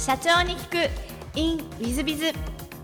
社長に聞く in ウィズビズ。 ウ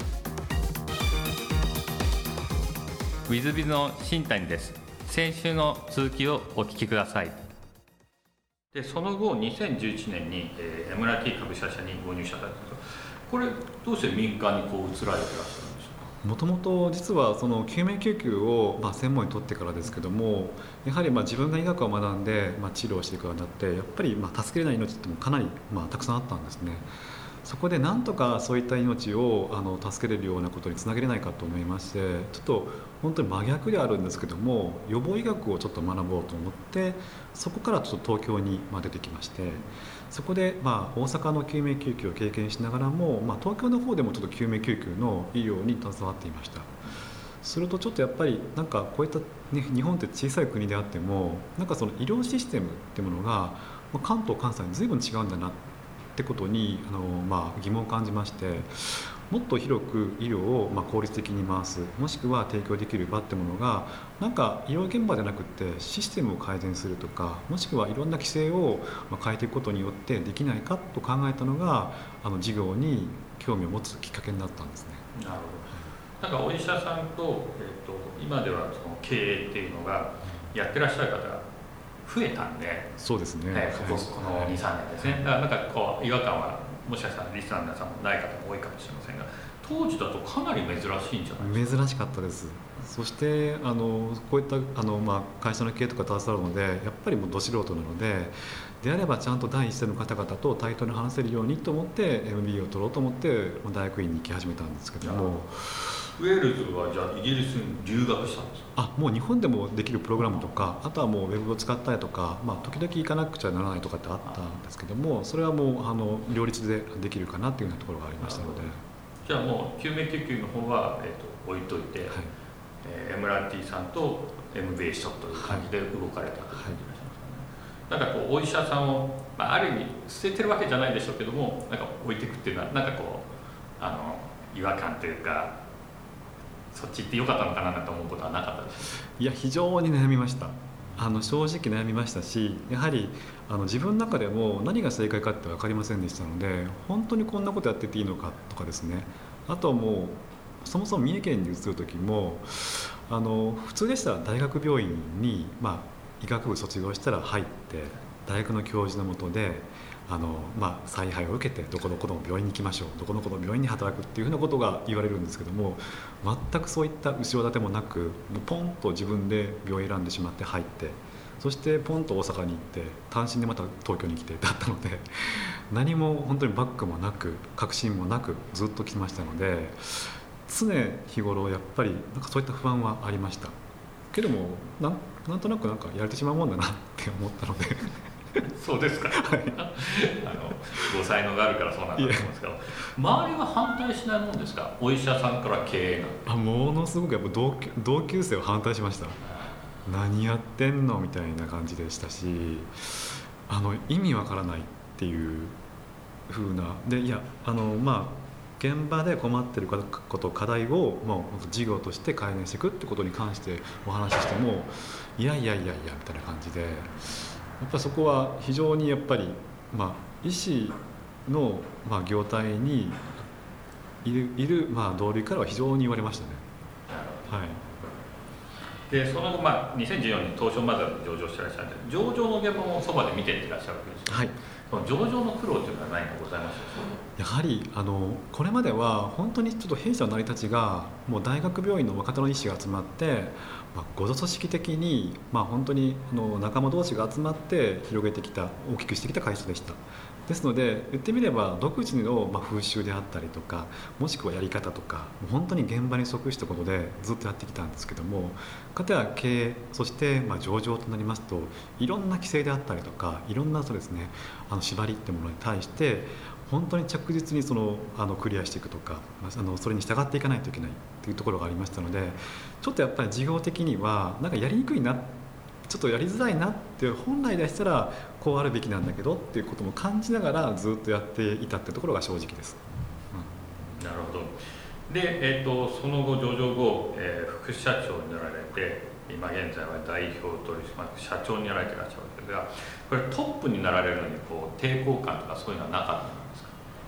ィズビズの新谷です。先週の続きをお聞きください。でその後2011年に、MRT 株式会社にご入社されたんですが、これどうして民間に移られていらっしゃるんですか？ もともと実はその救命救急を専門に取ってからですけども、やはり自分が医学を学んで治療していくようになって、やっぱり助けれない命ってもかなりたくさんあったんですね。そこでなんとかそういった命を助けれるようなことにつなげれないかと思いまして、ちょっと本当に真逆ではあるんですけども、予防医学をちょっと学ぼうと思って、そこからちょっと東京に出てきまして、そこで大阪の救命救急を経験しながらも、東京の方でもちょっと救命救急の医療に携わっていました。するとちょっとやっぱりこういった、日本って小さい国であってもその医療システムっていうものが関東関西に随分違うんだなってことに疑問を感じまして、もっと広く医療を効率的に回す、もしくは提供できる場ってものが医療現場じゃなくてシステムを改善するとか、もしくはいろんな規制を変えていくことによってできないかと考えたのが事業に興味を持つきっかけになったんですね。 なるほど。お医者さんと、今ではその経営っていうのがやってらっしゃる方が増えたんで、 そうですね、 この 2,3 年ですね。だから違和感はもしかしたらリスナーの皆さんもない方も多いかもしれませんが、当時だとかなり珍しいんじゃないですか？ 珍しかったです。そしてこういった会社の経営とか携わるので、やっぱりもうど素人なので、であればちゃんと第一線の方々と対等に話せるようにと思って MBA を取ろうと思って大学院に行き始めたんですけども。 ウェールズはじゃあイギリスに留学したんですか？ もう日本でもできるプログラムとか、あとはもうウェブを使ったりとか、時々行かなくちゃならないとかってあったんですけども、それはもう両立でできるかなっていうようなところがありましたので。 じゃあもう救命救急の方は、置いといて、MRT さんと MBA しとという感じで動かれたという感じがしますかね。お医者さんを、ある意味捨ててるわけじゃないでしょうけども、置いていくっていうのは違和感というか、そっち行ってよかったのかなと思うことはなかったですか？ いや、非常に悩みました。正直悩みましたし、やはり自分の中でも何が正解かって分かりませんでしたので、本当にこんなことやってていいのかとかですね。あともうそもそも三重県に移る時も普通でしたら大学病院に、医学部卒業したら入って大学の教授の下で采配を受けてどこどこの病院に行きましょう、どこどこの病院に働くっていうふうなことが言われるんですけども、全くそういった後ろ盾もなく、もうポンと自分で病院選んでしまって入って、そしてポンと大阪に行って単身でまた東京に来てだったので、何も本当にバックもなく確信もなくずっと来ましたので、常日頃やっぱりそういった不安はありましたけども、なんとなくやれてしまうもんだなって思ったのでそうですか、はい、ご才能があるからそうなんだと思うんですけど、周りは反対しないもんですか？お医者さんから経営なんて。 ものすごくやっぱ同級生は反対しました。何やってんのみたいな感じでしたし、意味わからないっていう風なで、現場で困っていること課題を事業として改善していくってことに関してお話ししても、いやみたいな感じで、やっぱそこは非常にやっぱり、医師の、業態にいる、同類からは非常に言われましたね。はい。 でその後、2014年東証マザーで上場してらっしゃるんで、上場の現場もそばで見ていらっしゃるわけですよ、 はい。 その上場の苦労というのは何かございましたか？ やはりこれまでは本当にちょっと弊社の成り立ちがもう大学病院の若手の医師が集まって、合同組織的に、本当に仲間同士が集まって広げてきた、大きくしてきた会社でした。ですので言ってみれば独自の風習であったりとか、もしくはやり方とか、本当に現場に即したことでずっとやってきたんですけども、かたや経営、そして上場となりますと、いろんな規制であったりとか、いろんなそうですね、縛りってものに対して本当に着実にクリアしていくとか、それに従っていかないといけないというところがありましたので、ちょっとやっぱり事業的にはやりにくいな、ちょっとやりづらいなって、本来でしたらこうあるべきなんだけどっていうことも感じながらずっとやっていたってところが正直です。 なるほど。で、その後上場後、副社長になられて、今現在は代表取締役社長になられていらっしゃるわけですが、これトップになられるのに抵抗感とかそういうのはなかったんですか？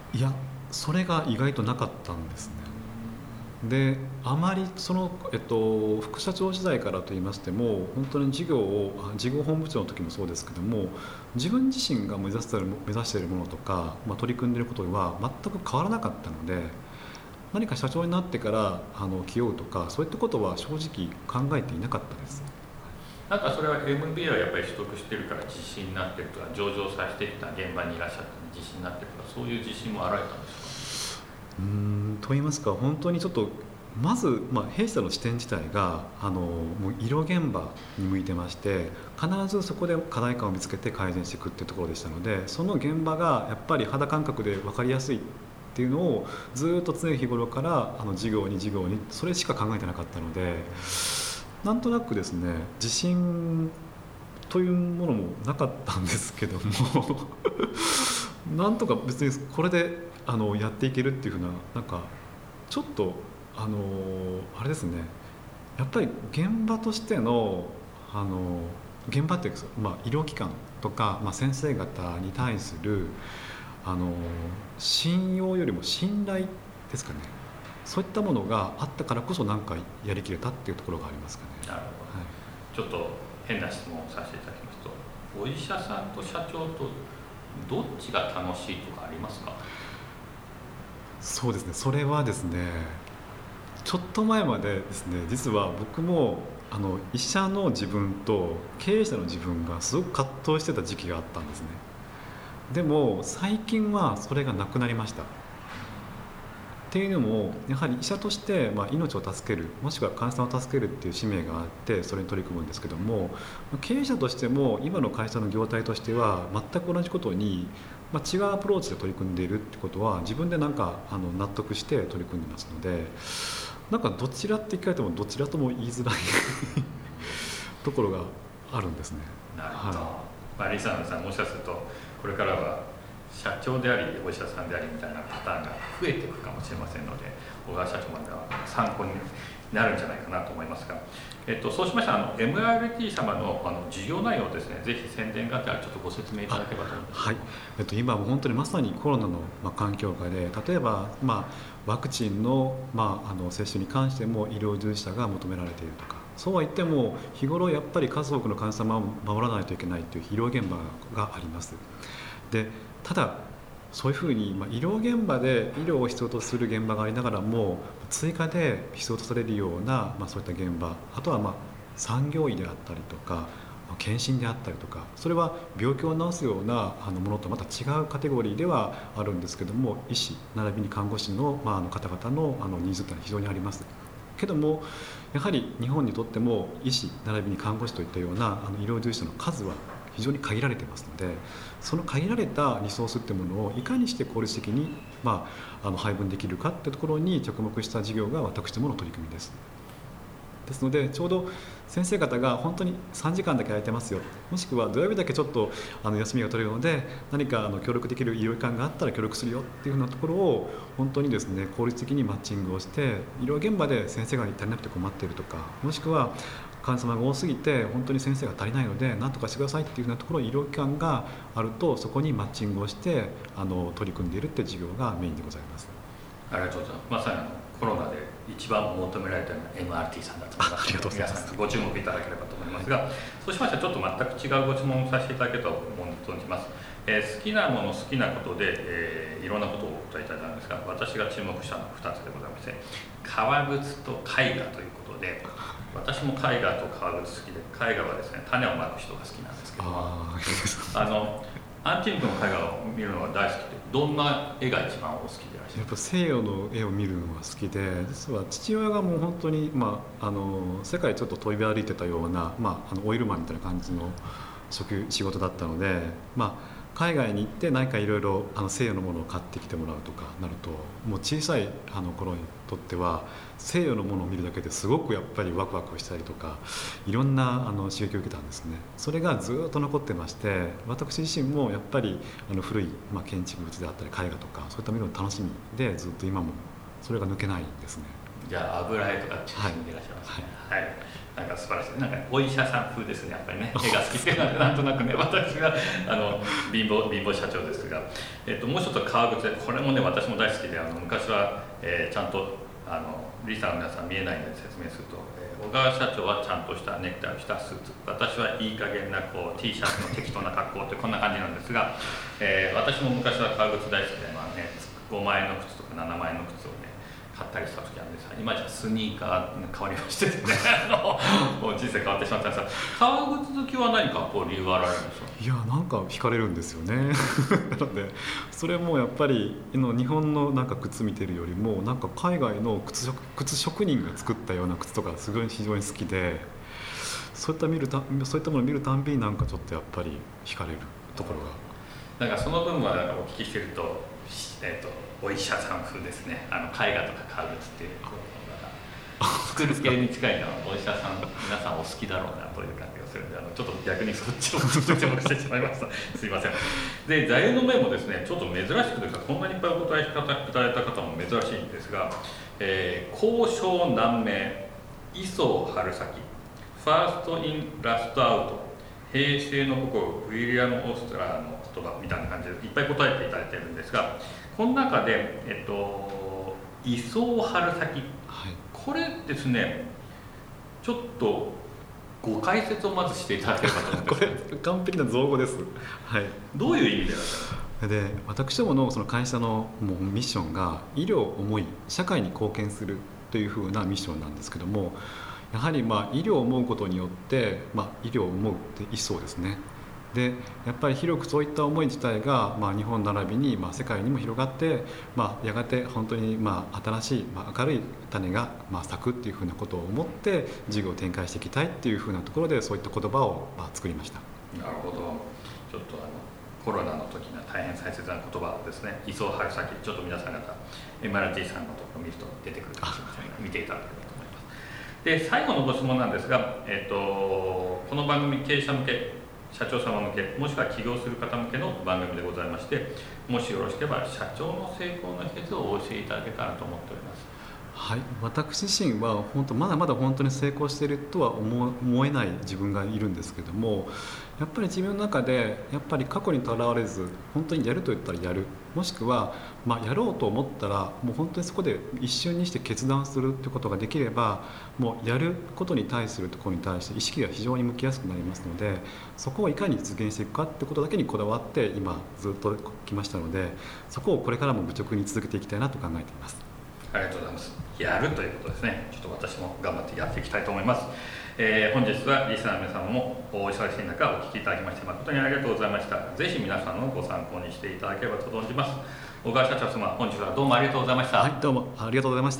いや、それが意外となかったんですね。であまりその、副社長時代からといいましても、本当に事業本部長の時もそうですけども、自分自身が目指しているものとか、取り組んでいることは全く変わらなかったので、何か社長になってから気負うとか、そういったことは正直考えていなかったです。 なんかそれは MBA はやっぱり取得してるから自信になってるとか、上場させてきた現場にいらっしゃった自信になってるとか、そういう自信もあられたんですか？ と言いますか、本当にちょっとまず、弊社の視点自体がもう医療現場に向いてまして、必ずそこで課題感を見つけて改善していくっていうところでしたので、その現場がやっぱり肌感覚で分かりやすいっていうのをずっと常日頃から事業にそれしか考えてなかったので、なんとなくですね、自信というものもなかったんですけどもなんとか別にこれでやっていけるっていうふうな、なんかちょっとあれですね、やっぱり現場としての現場っていうか、医療機関とか、先生方に対する信用よりも信頼ですかね、そういったものがあったからこそなんかやりきれたっていうところがありますかね。 なるほど、ちょっと変な質問をさせていただきますと、お医者さんと社長とどっちが楽しいとかありますか？ そうですね、それはですね、ちょっと前までですね、実は僕も医者の自分と経営者の自分がすごく葛藤してた時期があったんですね。でも最近はそれがなくなりました。っていうのも、やはり医者として、命を助ける、もしくは患者さんを助けるっていう使命があって、それに取り組むんですけども、経営者としても今の会社の業態としては全く同じことに、違うアプローチで取り組んでいるってことは自分でなんか納得して取り組んでますので、なんかどちらって聞かれてもどちらとも言いづらいところがあるんですね。 なるほど、リサンドさん、もしかするとこれからは社長でありお医者さんでありみたいなパターンが増えていくかもしれませんので、小川社長までは参考になるんじゃないかなと思いますが、そうしましたらMRT 様の事業内容をですね、ぜひ宣伝がてらちょっとご説明いただければと思います。 はい、今も本当にまさにコロナの環境下で、例えば、ワクチンの、接種に関しても医療従事者が求められているとか、そうは言っても日頃やっぱり数多くの患者様を守らないといけないという医療現場があります。でただそういうふうに、医療現場で医療を必要とする現場がありながらも、追加で必要とされるような、そういった現場、あとは産業医であったりとか検診であったりとか、それは病気を治すようなものとまた違うカテゴリーではあるんですけども、医師並びに看護師の、方々のニーズというのは非常にありますけども、やはり日本にとっても医師並びに看護師といったような医療従事者の数は非常に限られていますので、その限られたリソースっていうものをいかにして効率的に、配分できるかっていうところに着目した事業が私どもの取り組みです。ですので、ちょうど先生方が本当に3時間だけ空いてますよ、もしくは土曜日だけちょっと休みが取れるので何か協力できる医療機関があったら協力するよっていうふうなところを本当にですね、効率的にマッチングをして、医療現場で先生が足りなくて困っているとか、もしくは患者様が多すぎて本当に先生が足りないので何とかしてくださいっていうふうなところ、医療機関があるとそこにマッチングをして取り組んでいるっていう事業がメインでございます。 ありがとうございます。まさにコロナで一番求められたのは MRT さんだと思います。 ありがとうございます。 皆さんご注目いただければと思いますが、そうしましたらちょっと全く違うご質問をさせていただけると存じます。好きなもの好きなことで、いろんなことをお答えいただいたんですが、私が注目したのは2つでございまして、革靴と絵画ということで、私も絵画と革靴好きで、絵画はですね、種をまく人が好きなんですけど、アンティークの絵画を見るのが大好きで、どんな絵が一番お好きでいらっしゃる？ やっぱ西洋の絵を見るのが好きで、実は父親がもう本当に、世界ちょっと飛び歩いてたような、オイルマンみたいな感じの仕事だったので、海外に行って何かいろいろ西洋のものを買ってきてもらうとかなると、もう小さい頃にとっては西洋のものを見るだけですごくやっぱりワクワクしたりとか、いろんな刺激を受けたんですね。それがずっと残ってまして、私自身もやっぱり古い、建築物であったり絵画とかそういった見るの楽しみで、ずっと今もそれが抜けないんですね。 じゃあ油絵とか中心でいらっしゃいますね。はい、なんか素晴らしい。なんかお医者さん風ですね、やっぱりね。絵が好きっていうのはなんとなくね、私が貧乏社長ですが、もう一つ革靴で、これもね私も大好きで、昔は、ちゃんとリスナーの皆さん見えないので説明すると、小川社長はちゃんとしたネクタイをしたスーツ、私はいい加減なこう T シャツの適当な格好ってこんな感じなんですが、私も昔は革靴大好きで、5万円の靴とか7万円の靴をね買ったりした時なんですが、今じゃスニーカーに変わりましてですねもう人生変わってしまったんですが、革靴好きは何かこう理由があられるんですか？ いやなんか惹かれるんですよねなのでそれもやっぱり日本のなんか靴見てるよりもなんか海外の靴職人が作ったような靴とかすごい非常に好きで、そういったものを見るたんびになんかちょっとやっぱり惹かれるところが、 なんかその部分はなんかお聞きしてると、お医者さん風ですね。絵画とか革靴っていう作る系に近いのはお医者さん皆さんお好きだろうなという感じがするので、ちょっと逆にそっちを注目してしまいましたすいません。で座右の銘もですね、ちょっと珍しくですが、こんなにいっぱいお答えいただいた方も珍しいんですが、交渉難明、磯春先、ファーストインラストアウト、平成の心、ウィリアム・オーストラーの言葉みたいな感じでいっぱい答えていただいているんですが、この中で、磯春先、はい、これですね、ちょっとご解説をまずしていただければと思うんですこれ完璧な造語です、はい、 どういう意味でいらっしゃるんですか？ で私どものその会社のもうミッションが医療を思い社会に貢献するというふうなミッションなんですけども、やはり医療を思うことによって、医療を思うって一層ですね。でやっぱり広くそういった思い自体が、日本並びに、世界にも広がって、やがて本当に、新しい、明るい種が、咲くっていうふうなことを思って事業を展開していきたいっていうふうなところでそういった言葉を、作りました。 なるほど。ちょっとコロナの時には大変大切な言葉ですね。磯春先、ちょっと皆さん方 MRT さんのところを見ると出てくるかもしれませんが、見ていただければと思います。で最後のご質問なんですが、この番組経営者向け、社長様向け、もしくは起業する方向けの番組でございまして、もしよろしければ社長の成功の秘訣をお教えいただけたらと思っております。 はい、私自身は本当まだまだ本当に成功しているとは思えない自分がいるんですけども、やっぱり自分の中でやっぱり過去にとらわれず本当にやると言ったらやる、もしくは、やろうと思ったらもう本当にそこで一瞬にして決断するということができれば、もうやることに対するところに対して意識が非常に向きやすくなりますので、そこをいかに実現していくかということだけにこだわって今ずっと来ましたので、そこをこれからも愚直に続けていきたいなと考えています。 ありがとうございます。やるということですね。ちょっと私も頑張ってやっていきたいと思います。本日はリスナーの皆様もお忙しい中お聞きいただきまして誠にありがとうございました。ぜひ皆さんのご参考にしていただければと存じます。小川社長様、本日はどうもありがとうございました。 はい、どうもありがとうございました。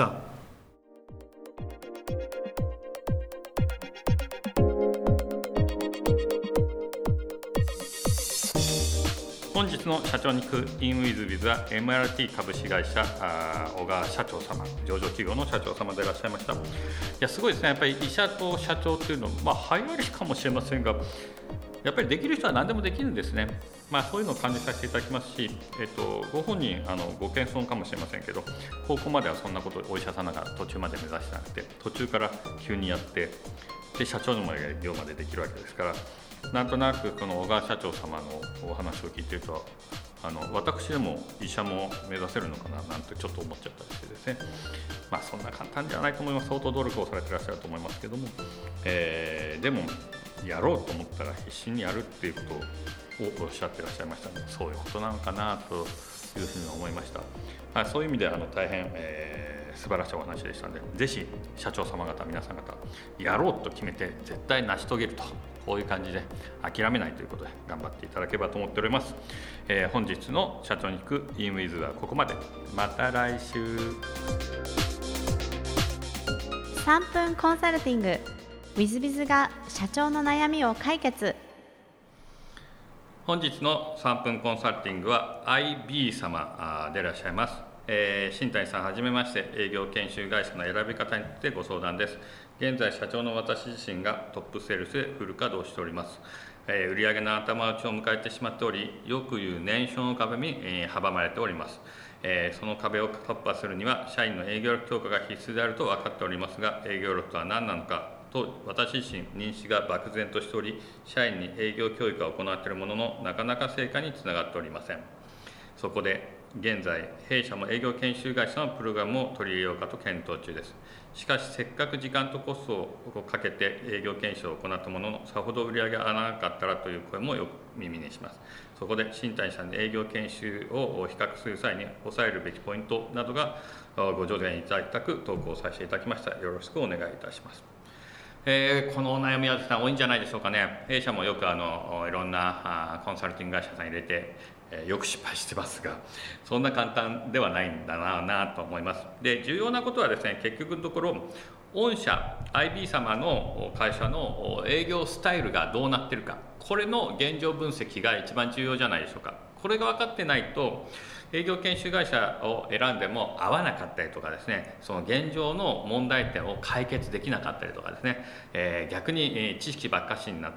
本日の社長に行く In with Biz は MRT 株式会社小川社長様、上場企業の社長様でいらっしゃいました。いやすごいですね。やっぱり医者と社長っていうのは、流行りかもしれませんが、やっぱりできる人は何でもできるんですね。そういうのを感じさせていただきますし、ご本人ご謙遜かもしれませんけど、高校まではそんなことお医者さんなんか途中まで目指してなくて、途中から急にやってで社長の業までできるわけですから、なんとなくこの小川社長様のお話を聞いていると、私でも医者も目指せるのかななんてちょっと思っちゃったりしてですね、そんな簡単ではないと思います。相当努力をされていらっしゃると思いますけども、でもやろうと思ったら必死にやるっていうことをおっしゃっていらっしゃいましたので、そういうことなのかなというふうに思いました。そういう意味で大変、素晴らしいお話でしたので、ぜひ社長様方皆さん方やろうと決めて絶対成し遂げると、こういう感じで諦めないということで頑張っていただければと思っております。本日の社長に行く In with はここまで。また来週。 3分コンサルティング WithBiz が社長の悩みを解決。 本日の3分コンサルティングは IB 様でいらっしゃいます。新谷さんはじめまして。営業研修会社の選び方についてご相談です。現在社長の私自身がトップセールスでフル稼働しております。売上の頭打ちを迎えてしまっており、よく言う年商の壁に阻まれております。 その壁を突破するには社員の営業力強化が必須であると分かっておりますが、営業力とは何なのかと私自身認識が漠然としており、社員に営業教育は行っているもののなかなか成果につながっておりません。そこで現在弊社も営業研修会社のプログラムを取り入れようかと検討中です。しかしせっかく時間とコストをかけて営業研修を行ったものの、さほど売り上げが上がらなかったらという声もよく耳にします。そこで新谷さんに営業研修を比較する際に抑えるべきポイントなどがご助言いただきたく投稿させていただきました。よろしくお願いいたします。このお悩みはですね、多いんじゃないでしょうかね。弊社もよくいろんなコンサルティング会社さん入れて、よく失敗してますが、そんな簡単ではないんだなと思います。で、重要なことはですね、結局のところ御社 IB 様の会社の営業スタイルがどうなっているか、これの現状分析が一番重要じゃないでしょうか。これが分かってないと営業研修会社を選んでも合わなかったりとかですね、その現状の問題点を解決できなかったりとかですね、逆に知識ばっかしになって、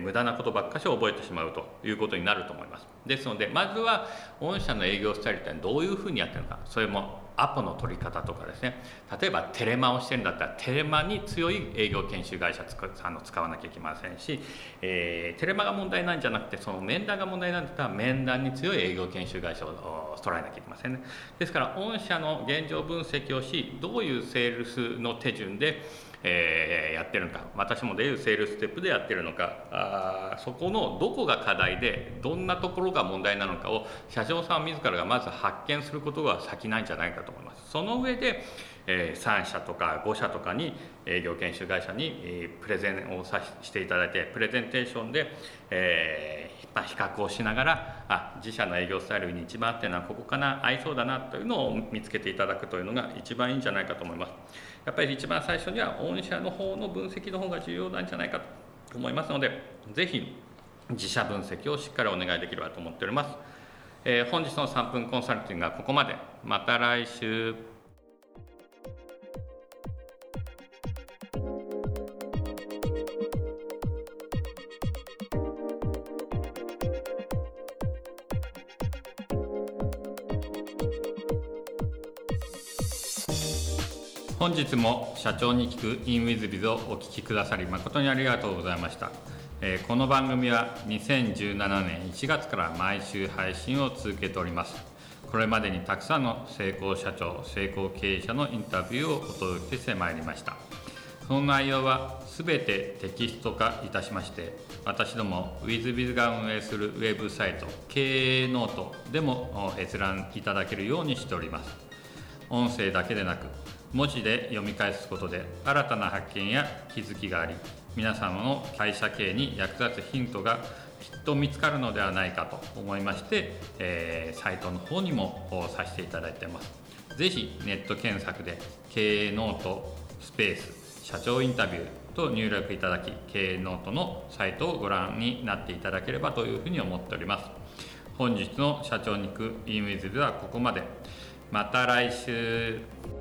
無駄なことばっかしを覚えてしまうということになると思います。ですのでまずは御社の営業スタイルってどういうふうにやってるのか、それもアポの取り方とかですね、例えばテレマをしてるんだったらテレマに強い営業研修会社使わなきゃいけませんし、テレマが問題なんじゃなくてその面談が問題なんだったら面談に強い営業研修会社を捉えなきゃいけませんね。ですから御社の現状分析をし、どういうセールスの手順でやってるのか、私もでいうセールステップでやってるのか、そこのどこが課題でどんなところが問題なのかを社長さん自らがまず発見することが先なんじゃないかと思います。その上で3社とか5社とかに営業研修会社にプレゼンをしていただいて、プレゼンテーションで比較をしながら、自社の営業スタイルに一番合ってるのはここかな、合いそうだなというのを見つけていただくというのが一番いいんじゃないかと思います。やっぱり一番最初には御社の方の分析の方が重要なんじゃないかと思いますので、ぜひ自社分析をしっかりお願いできればと思っております。本日の3分コンサルティングはここまで。また来週。本日も社長に聞く InWithBiz をお聞きくださり誠にありがとうございました。この番組は2017年1月から毎週配信を続けております。これまでにたくさんの成功社長、成功経営者のインタビューをお届けしてまいりました。その内容はすべてテキスト化いたしまして、私ども WithBiz が運営するウェブサイト経営ノートでも閲覧いただけるようにしております。音声だけでなく文字で読み返すことで新たな発見や気づきがあり、皆様の会社経営に役立つヒントがきっと見つかるのではないかと思いまして、サイトの方にもさせていただいています。ぜひネット検索で経営ノートスペース社長インタビューと入力いただき、経営ノートのサイトをご覧になっていただければというふうに思っております。本日の社長に行く InWithBiz はここまで。また来週。